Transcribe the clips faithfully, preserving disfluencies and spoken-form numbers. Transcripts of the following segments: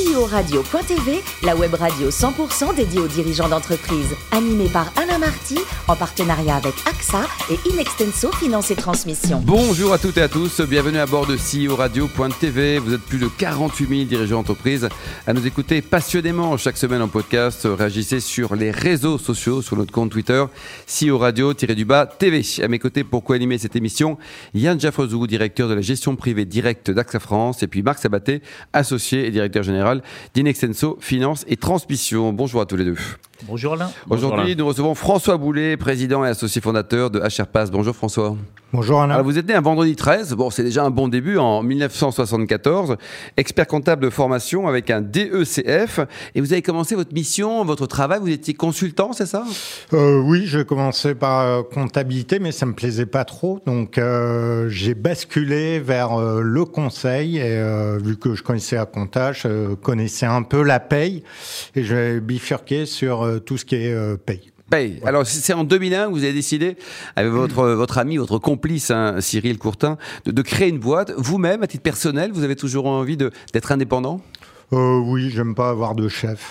C E O radio point t v, la web radio cent pour cent dédiée aux dirigeants d'entreprise. Animée par Alain Marty, en partenariat avec A X A et Inextenso Finance et Transmission. Bonjour à toutes et à tous, bienvenue à bord de C E O radio point t v. Vous êtes plus de quarante-huit mille dirigeants d'entreprise à nous écouter passionnément chaque semaine en podcast. Réagissez sur les réseaux sociaux, sur notre compte Twitter, C E O radio-du-bas T V. À mes côtés, pour co-animer cette émission, Yann Jaffrezou, directeur de la gestion privée directe d'A X A France, et puis Marc Sabaté, associé et directeur général d'Inextenso Finance et Transmission. Bonjour à tous les deux. Bonjour Alain. Aujourd'hui, Bonjour Alain. Nous recevons François Boulet, président et associé fondateur de HRPass. Bonjour François. Bonjour Alain. Alors vous êtes né un vendredi treize, bon c'est déjà un bon début, en dix-neuf cent soixante-quatorze, expert comptable de formation avec un D E C F, et vous avez commencé votre mission, votre travail, vous étiez consultant, c'est ça ? euh, Oui, j'ai commencé par euh, comptabilité, mais ça me plaisait pas trop, donc euh, j'ai basculé vers euh, le conseil, et euh, vu que je connaissais la compta, je connaissais un peu la paye, et j'ai bifurqué sur euh, tout ce qui est euh, paye. Paye. Ouais. Alors c'est en deux mille un que vous avez décidé, avec votre, votre ami, votre complice, hein, Cyril Courtin, de, de créer une boîte. Vous-même, à titre personnel, vous avez toujours envie de, d'être indépendant ? Euh, oui, j'aime pas avoir de chef.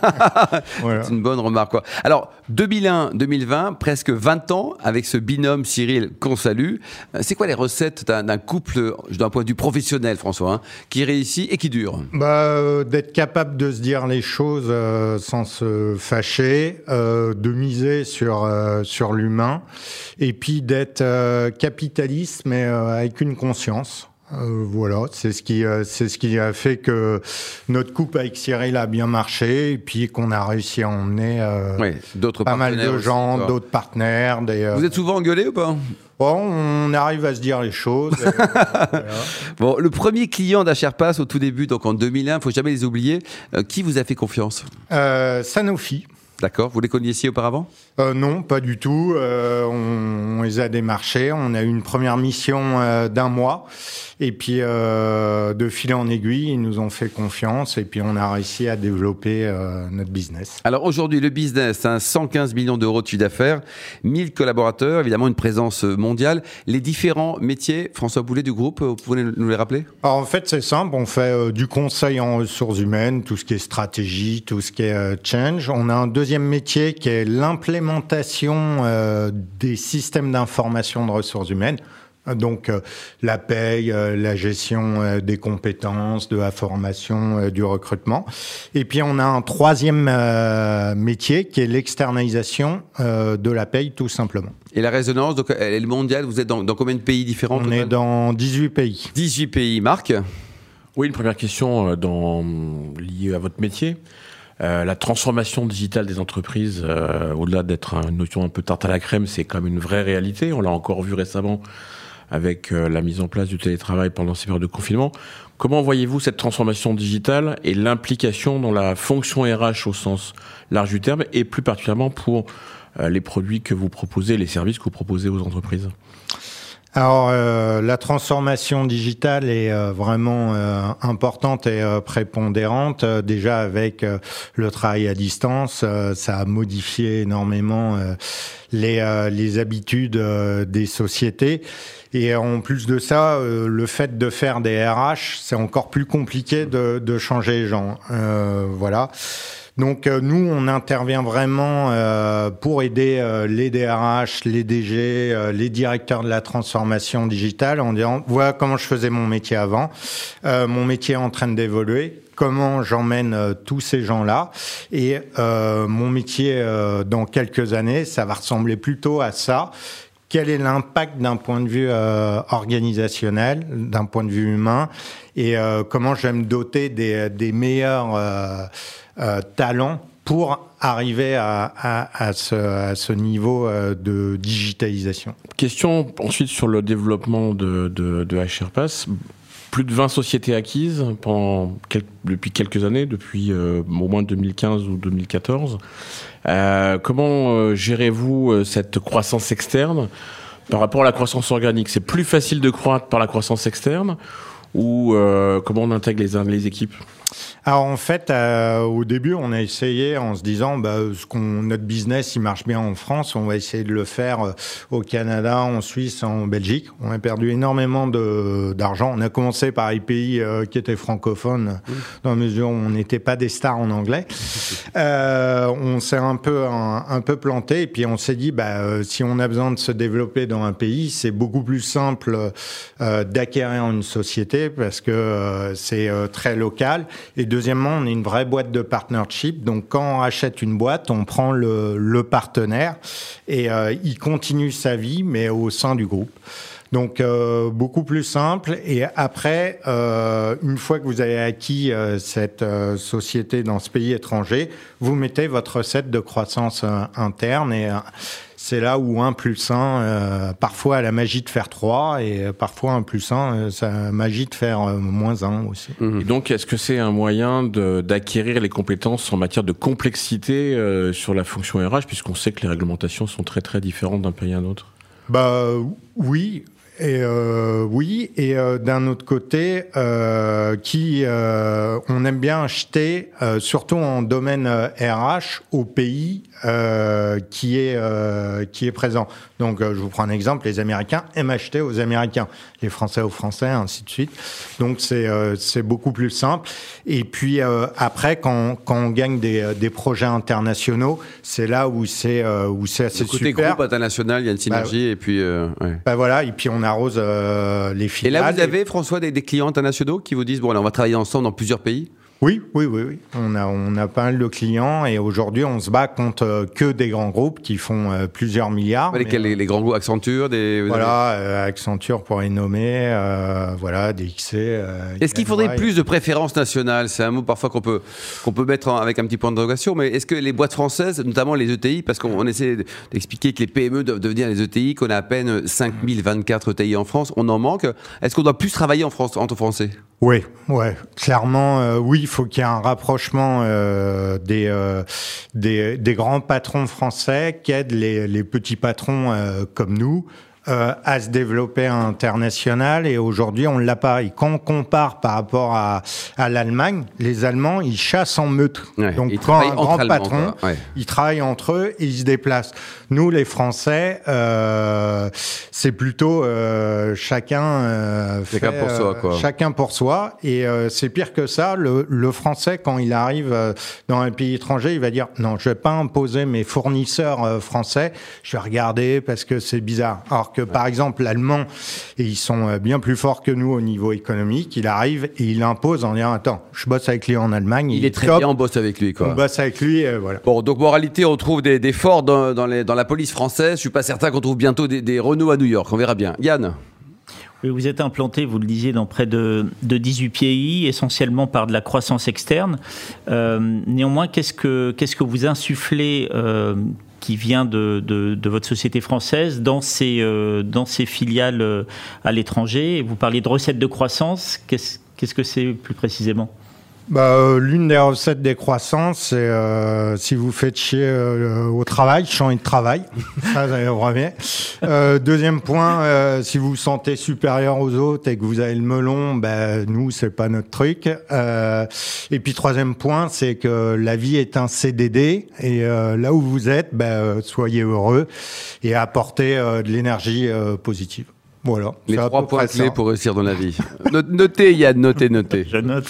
Voilà. C'est une bonne remarque, quoi. Alors, deux mille un deux mille vingt, presque vingt ans avec ce binôme Cyril qu'on salue. C'est quoi les recettes d'un, d'un couple, d'un point de vue professionnel, François, hein, qui réussit et qui dure ? Bah, euh, d'être capable de se dire les choses euh, sans se fâcher, euh, de miser sur euh, sur l'humain, et puis d'être euh, capitaliste, mais euh, avec une conscience. Euh, voilà, c'est ce qui euh, c'est ce qui a fait que notre couple avec Cyril a bien marché, et puis qu'on a réussi à emmener euh, ouais, d'autres pas mal de gens, aussi, d'autres partenaires. Des, euh... Vous êtes souvent engueulé ou pas ? Bon, on arrive à se dire les choses. Et, voilà. Bon, le premier client d'HRPass au tout début, donc en deux mille un, il ne faut jamais les oublier. Euh, qui vous a fait confiance ? euh, Sanofi. D'accord, vous les connaissiez auparavant ? Euh, non, pas du tout. Euh, on, on les a démarchés. On a eu une première mission euh, d'un mois. Et puis, euh, de fil en aiguille, ils nous ont fait confiance. Et puis, on a réussi à développer euh, notre business. Alors aujourd'hui, le business, hein, cent quinze millions d'euros de chiffre d'affaires, mille collaborateurs, évidemment une présence mondiale. Les différents métiers, François Boulet du groupe, vous pouvez nous les rappeler ? Alors, en fait, c'est simple. On fait euh, du conseil en ressources humaines, tout ce qui est stratégie, tout ce qui est euh, change. On a un deuxième métier qui est l'implémentation euh, des systèmes d'information de ressources humaines. Donc, euh, la paye, euh, la gestion euh, des compétences, de la formation, euh, du recrutement. Et puis, on a un troisième euh, métier qui est l'externalisation euh, de la paye, tout simplement. Et la résonance, donc, elle est mondiale. Vous êtes dans, dans combien de pays différents ? On est dans dix-huit pays. dix-huit pays. Marc ? Oui, une première question euh, dans, liée à votre métier. Euh, la transformation digitale des entreprises, euh, au-delà d'être une notion un peu tarte à la crème, c'est quand même une vraie réalité. On l'a encore vu récemment avec euh, la mise en place du télétravail pendant ces périodes de confinement. Comment voyez-vous cette transformation digitale et l'implication dans la fonction R H au sens large du terme, et plus particulièrement pour euh, les produits que vous proposez, les services que vous proposez aux entreprises ? Alors, euh, la transformation digitale est euh, vraiment euh, importante et euh, prépondérante. Euh, déjà, avec euh, le travail à distance, euh, ça a modifié énormément euh, les, euh, les habitudes euh, des sociétés. Et en plus de ça, euh, le fait de faire des R H, c'est encore plus compliqué de, de changer les gens. Euh, voilà. Donc euh, nous, on intervient vraiment euh, pour aider euh, les D R H, les D G, euh, les directeurs de la transformation digitale en disant « Voilà comment je faisais mon métier avant, euh, mon métier est en train d'évoluer, comment j'emmène euh, tous ces gens-là et euh, mon métier euh, dans quelques années, ça va ressembler plutôt à ça. Quel est l'impact d'un point de vue euh, organisationnel, d'un point de vue humain et euh, comment je vais me doter des, des meilleurs euh, Euh, talent pour arriver à, à, à, ce, à ce niveau euh, de digitalisation. Question ensuite sur le développement de, de, de HRPass. Plus de vingt sociétés acquises pendant quel, depuis quelques années, depuis euh, au moins deux mille quinze ou deux mille quatorze. Euh, comment euh, gérez-vous euh, cette croissance externe par rapport à la croissance organique ? C'est plus facile de croître par la croissance externe ou euh, comment on intègre les, les équipes ? Alors en fait, euh, au début, on a essayé en se disant, bah, ce qu'on, notre business, il marche bien en France, on va essayer de le faire euh, au Canada, en Suisse, en Belgique. On a perdu énormément de, d'argent. On a commencé par les pays euh, qui étaient francophones, mmh. dans la mesure où on n'était pas des stars en anglais. Euh, on s'est un peu un, un peu planté, et puis on s'est dit, bah, euh, si on a besoin de se développer dans un pays, c'est beaucoup plus simple euh, d'acquérir une société parce que euh, c'est euh, très local. Et deuxièmement, on est une vraie boîte de partnership. Donc, quand on achète une boîte, on prend le, le partenaire et euh, il continue sa vie, mais au sein du groupe. Donc, euh, beaucoup plus simple. Et après, euh, une fois que vous avez acquis euh, cette euh, société dans ce pays étranger, vous mettez votre recette de croissance euh, interne et euh, c'est là où un plus un, euh, parfois a la magie de faire trois et euh, parfois un plus un, euh, ça a la magie de faire euh, moins un aussi. Mmh. Et donc, est-ce que c'est un moyen de, d'acquérir les compétences en matière de complexité euh, sur la fonction R H, puisqu'on sait que les réglementations sont très très différentes d'un pays à un autre ? Bah oui. Et euh, oui, et euh, d'un autre côté, euh, qui euh, on aime bien acheter, euh, surtout en domaine euh, R H, au pays euh, qui est euh, qui est présent. Donc, euh, je vous prends un exemple: les Américains aiment acheter aux Américains, les Français aux Français, ainsi de suite. Donc, c'est euh, c'est beaucoup plus simple. Et puis euh, après, quand quand on gagne des des projets internationaux, c'est là où c'est euh, où c'est assez super. Le côté super. groupe international, il y a une synergie, bah, et puis euh, ouais. Bah voilà, et puis on arrose euh, les filiales. Et là, vous avez, François, des, des clients internationaux qui vous disent, bon, là, on va travailler ensemble dans plusieurs pays ? Oui, oui, oui, oui. On a, on a pas mal de clients et aujourd'hui, on se bat contre euh, que des grands groupes qui font euh, plusieurs milliards. Ouais, lesquels, les, les grands groupes Accenture, des... Voilà, euh, Accenture pour les nommer, euh, voilà, D X C. Euh, est-ce qu'il faudrait plus de préférence nationale ? C'est un mot parfois qu'on peut, qu'on peut mettre en, avec un petit point d'interrogation, mais est-ce que les boîtes françaises, notamment les E T I, parce qu'on on essaie d'expliquer que les P M E doivent devenir les E T I, qu'on a à peine cinq mille vingt-quatre E T I en France, on en manque. Est-ce qu'on doit plus travailler en France, entre Français ? Oui, ouais, clairement, euh, oui, il faut qu'il y ait un rapprochement euh, des, euh, des des grands patrons français qui aident les les petits patrons euh, comme nous euh, à se développer à l'international. Et aujourd'hui, on l'a pas. Et quand on compare par rapport à à l'Allemagne, les Allemands, ils chassent en meute. Ouais, donc quand un grand Allemands, patron, ouais. ils travaillent entre eux et ils se déplacent. Nous, les Français, euh, c'est plutôt euh, chacun euh, fait, chacun pour soi, quoi. Euh, chacun pour soi. Et euh, c'est pire que ça. Le, le Français, quand il arrive euh, dans un pays étranger, il va dire non, je vais pas imposer mes fournisseurs euh, français. Je vais regarder parce que c'est bizarre. Alors que ouais. par exemple, l'Allemand, et ils sont bien plus forts que nous au niveau économique. Il arrive et il impose en disant attends, je bosse avec lui en Allemagne. Il, il est très top, bien, on bosse avec lui, quoi. On bosse avec lui, et voilà. Bon, donc moralité, on trouve des, des Ford dans, dans, les, dans la police française. Je suis pas certain qu'on trouve bientôt des, des Renault à New York. On verra bien. Yann. Oui, vous êtes implanté, vous le disiez, dans près de, de dix-huit pays, essentiellement par de la croissance externe. Euh, néanmoins, qu'est-ce que, qu'est-ce que vous insufflez euh, qui vient de, de, de votre société française dans ces, euh, dans ces filiales euh, à l'étranger ? Vous parliez de recettes de croissance. Qu'est-ce, qu'est-ce que c'est plus précisément ? Bah, euh, l'une des recettes des croissances, c'est euh, si vous faites chier euh, au travail, changer de travail. Ça, ça revient. Euh, deuxième point, euh, si vous vous sentez supérieur aux autres et que vous avez le melon, bah, nous, c'est pas notre truc. Euh, et puis troisième point, c'est que la vie est un C D D et euh, là où vous êtes, bah, soyez heureux et apportez euh, de l'énergie euh, positive. Voilà. Les trois points clés pour réussir dans la vie. Notez, Yann, notez, notez. Je note.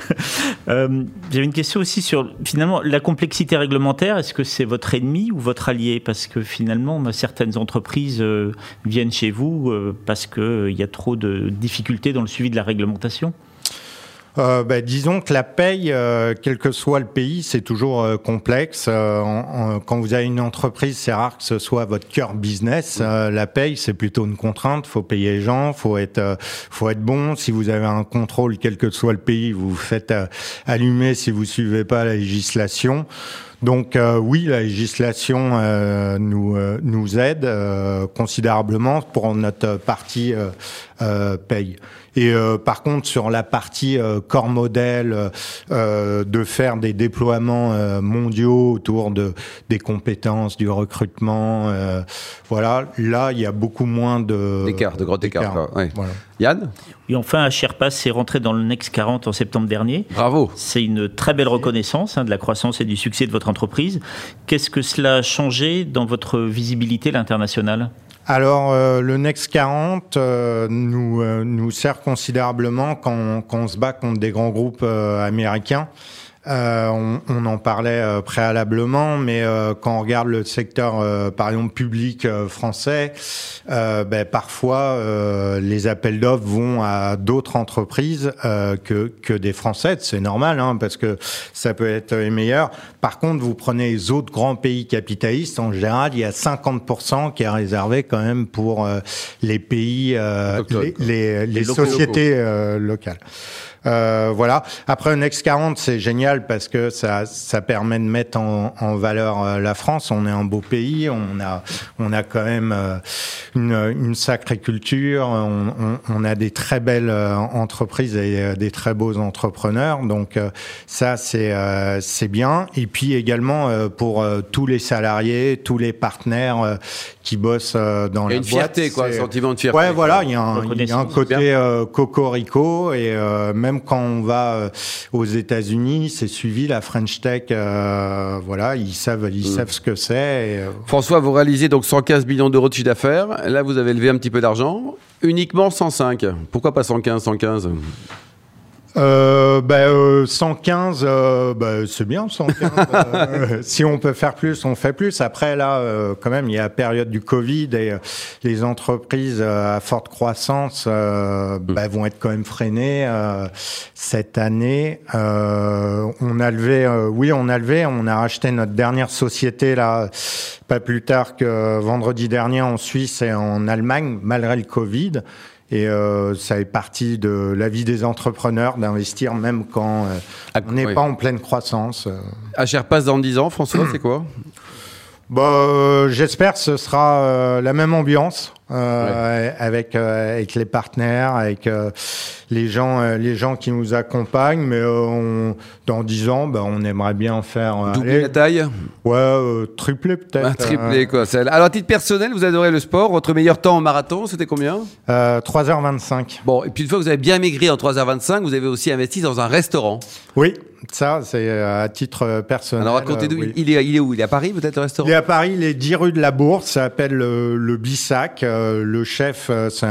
euh, J'avais une question aussi sur, finalement, la complexité réglementaire. Est-ce que c'est votre ennemi ou votre allié ? Parce que finalement, certaines entreprises euh, viennent chez vous euh, parce qu'il euh, y a trop de difficultés dans le suivi de la réglementation. Euh, bah, disons que la paye, euh, quel que soit le pays, c'est toujours euh, complexe. Euh, en, en, quand vous avez une entreprise, c'est rare que ce soit votre cœur business. Euh, la paye, c'est plutôt une contrainte. Faut payer les gens, faut être, euh, faut être bon. Si vous avez un contrôle, quel que soit le pays, vous vous faites euh, allumer si vous suivez pas la législation. Donc euh, oui, la législation euh, nous euh, nous aide euh, considérablement pour notre partie euh, euh, paye. Et euh, par contre, sur la partie euh, corps modèle, euh, de faire des déploiements euh, mondiaux autour de des compétences, du recrutement, euh, voilà, là il y a beaucoup moins de d'écart, de gros écarts. Ouais. Voilà. Yann ? Et enfin, Sherpass est rentré dans le Next quarante en septembre dernier. Bravo. C'est une très belle reconnaissance hein, de la croissance et du succès de votre entreprise. Qu'est-ce que cela a changé dans votre visibilité à l'international ? Alors, euh, le Next quarante euh, nous, euh, nous sert considérablement quand, quand on se bat contre des grands groupes euh, américains. Euh, on, on en parlait euh, préalablement, mais euh, quand on regarde le secteur, euh, par exemple, public euh, français, euh, ben, parfois euh, les appels d'offres vont à d'autres entreprises euh, que, que des Françaises. C'est normal, hein, parce que ça peut être les meilleurs. Par contre, vous prenez les autres grands pays capitalistes, en général, il y a cinquante pour cent qui est réservé quand même pour euh, les pays, euh, les, les, les, les sociétés euh, locales. Euh, voilà. Après, le Next quarante, c'est génial parce que ça, ça permet de mettre en, en valeur euh, la France. On est un beau pays. On a, on a quand même euh, une, une sacrée culture. On, on, on a des très belles euh, entreprises et euh, des très beaux entrepreneurs. Donc, euh, ça, c'est, euh, c'est bien. Et puis également euh, pour euh, tous les salariés, tous les partenaires euh, qui bossent euh, dans la boîte. Il y a une fierté, quoi, un sentiment de fierté. Ouais, voilà. Il y a un, il y a un côté euh, cocorico et euh, même quand on va euh, aux États-Unis, c'est suivi la French Tech. Euh, voilà, ils savent, ils mmh. savent ce que c'est. Et, euh... François, vous réalisez donc cent quinze millions d'euros de chiffre d'affaires. Là, vous avez levé un petit peu d'argent. Uniquement cent cinq. Pourquoi pas cent quinze, cent quinze? Euh, bah, euh, cent quinze, euh, bah, c'est bien, cent quinze. euh, si on peut faire plus, on fait plus. Après, là, euh, quand même, il y a la période du Covid et euh, les entreprises euh, à forte croissance euh, bah, vont être quand même freinées euh, cette année. Euh, on a levé, euh, oui, on a levé, on a racheté notre dernière société là, pas plus tard que vendredi dernier en Suisse et en Allemagne, malgré le Covid. Et euh, ça est partie de la vie des entrepreneurs d'investir même quand euh, ah, on n'est oui. pas en pleine croissance. À Sherpass dans dix ans, François, c'est quoi? Bah, euh, j'espère que ce sera euh, la même ambiance euh, ouais. avec euh, avec les partenaires, avec euh, les gens euh, les gens qui nous accompagnent. Mais euh, on, dans dix ans, bah, on aimerait bien faire euh, doubler la taille. Ouais, euh, tripler peut-être. Ah, tripler quoi. Alors à titre personnel, vous adorez le sport. Votre meilleur temps en marathon, c'était combien? euh, trois heures vingt-cinq. Bon, et puis une fois que vous avez bien maigri en trois heures vingt-cinq, vous avez aussi investi dans un restaurant. Oui. Ça, c'est à titre personnel. Alors, racontez-nous, euh, oui. il, est, il est où? Il est à Paris, peut-être, le restaurant? Il est à Paris, il est dix rue de la Bourse. Ça s'appelle le, le Bissac. Euh, le chef, c'est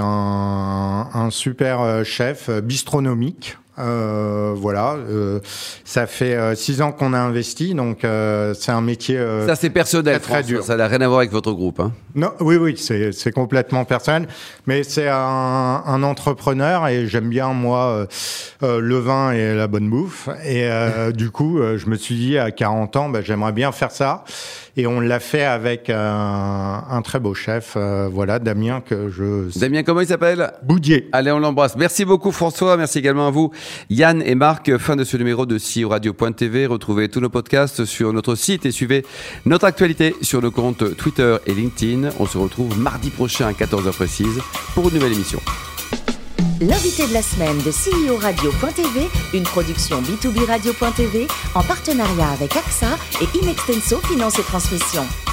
un, un super chef bistronomique. Euh, voilà, euh, ça fait euh, six ans qu'on a investi, donc euh, c'est un métier euh, ça c'est personnel, très, très dur. Ça n'a rien à voir avec votre groupe, hein. Non, oui, oui, c'est c'est complètement personnel, mais c'est un, un entrepreneur et j'aime bien moi euh, euh, le vin et la bonne bouffe et euh, du coup euh, je me suis dit à quarante ans, bah, j'aimerais bien faire ça. Et on l'a fait avec un, un très beau chef, euh, voilà, Damien, que je... Damien, comment il s'appelle? Boudier. Allez, on l'embrasse. Merci beaucoup, François. Merci également à vous, Yann et Marc. Fin de ce numéro de C I O Radio point T V. Retrouvez tous nos podcasts sur notre site et suivez notre actualité sur nos comptes Twitter et LinkedIn. On se retrouve mardi prochain à quatorze heures précise pour une nouvelle émission. L'invité de la semaine de C I O Radio point T V, une production B deux B Radio point T V en partenariat avec A X A et Inextenso Finance et Transmission.